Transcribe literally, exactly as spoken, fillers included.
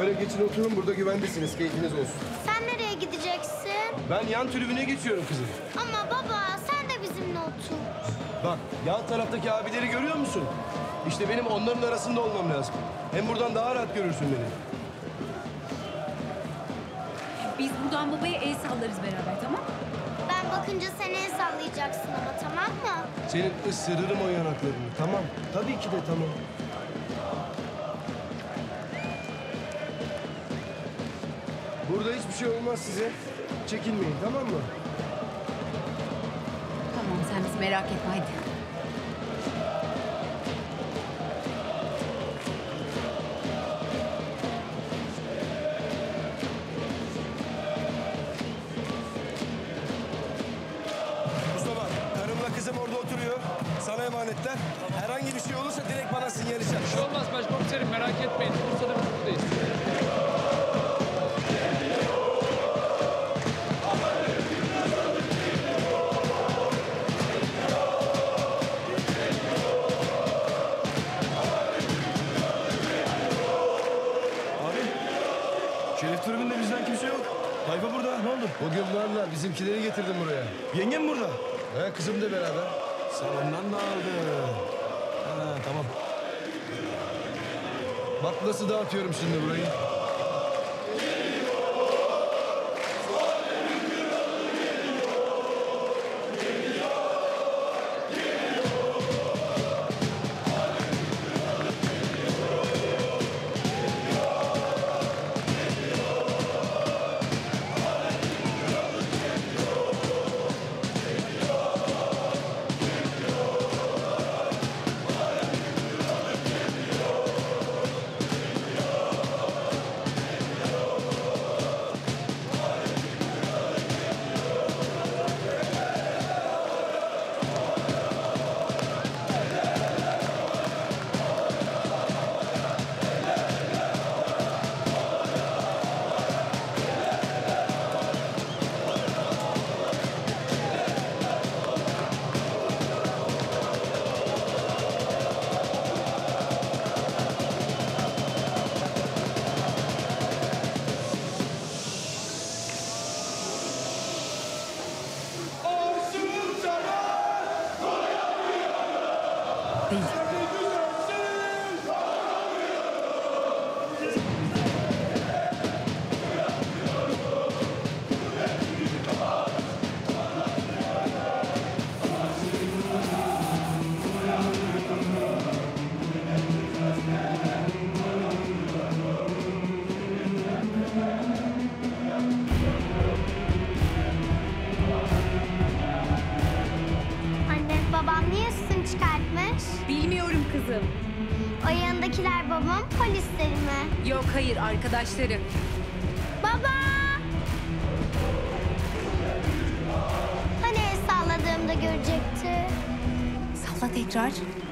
Böyle geçin oturun, burada güvendesiniz. Keyfiniz olsun. Sen nereye gideceksin? Ben yan tribüne geçiyorum kızım. Ama baba sen de bizimle otur. Bak, yan taraftaki abileri görüyor musun? İşte benim onların arasında olmam lazım. Hem buradan daha rahat görürsün beni. Biz buradan babaya el sallarız beraber, tamam? Ben bakınca sen el sallayacaksın ama, tamam mı? Senin ısırırım o yanaklarını. Tamam. Tabii ki de tamam. Burada hiçbir şey olmaz size. Çekinmeyin, tamam mı? Tamam, sen bizi merak etme, hadi. Mustafa, karımla kızım orada oturuyor. Sana emanetler. Herhangi bir şey olursa direkt bana sinyal et. Bir şey olmaz başkomiserim, merak etmeyin. Bursa'da biz buradayız. Abi, Şerif tribünde bizden kimse yok. Tayfa burada, ne oldu? Bugün varlar, bizimkileri getirdim buraya. Yengem burada. He, kızım da beraber. Sen ondan da aldın. Ha, tamam. Bak nasıl dağıtıyorum şimdi burayı. Değil. Anne, babam niye üstünü çıkartmış? Bilmiyorum kızım. O yanındakiler babam polisleri mi? Yok, hayır, arkadaşları. Baba! Hani el salladığımda görecekti? Salla tekrar.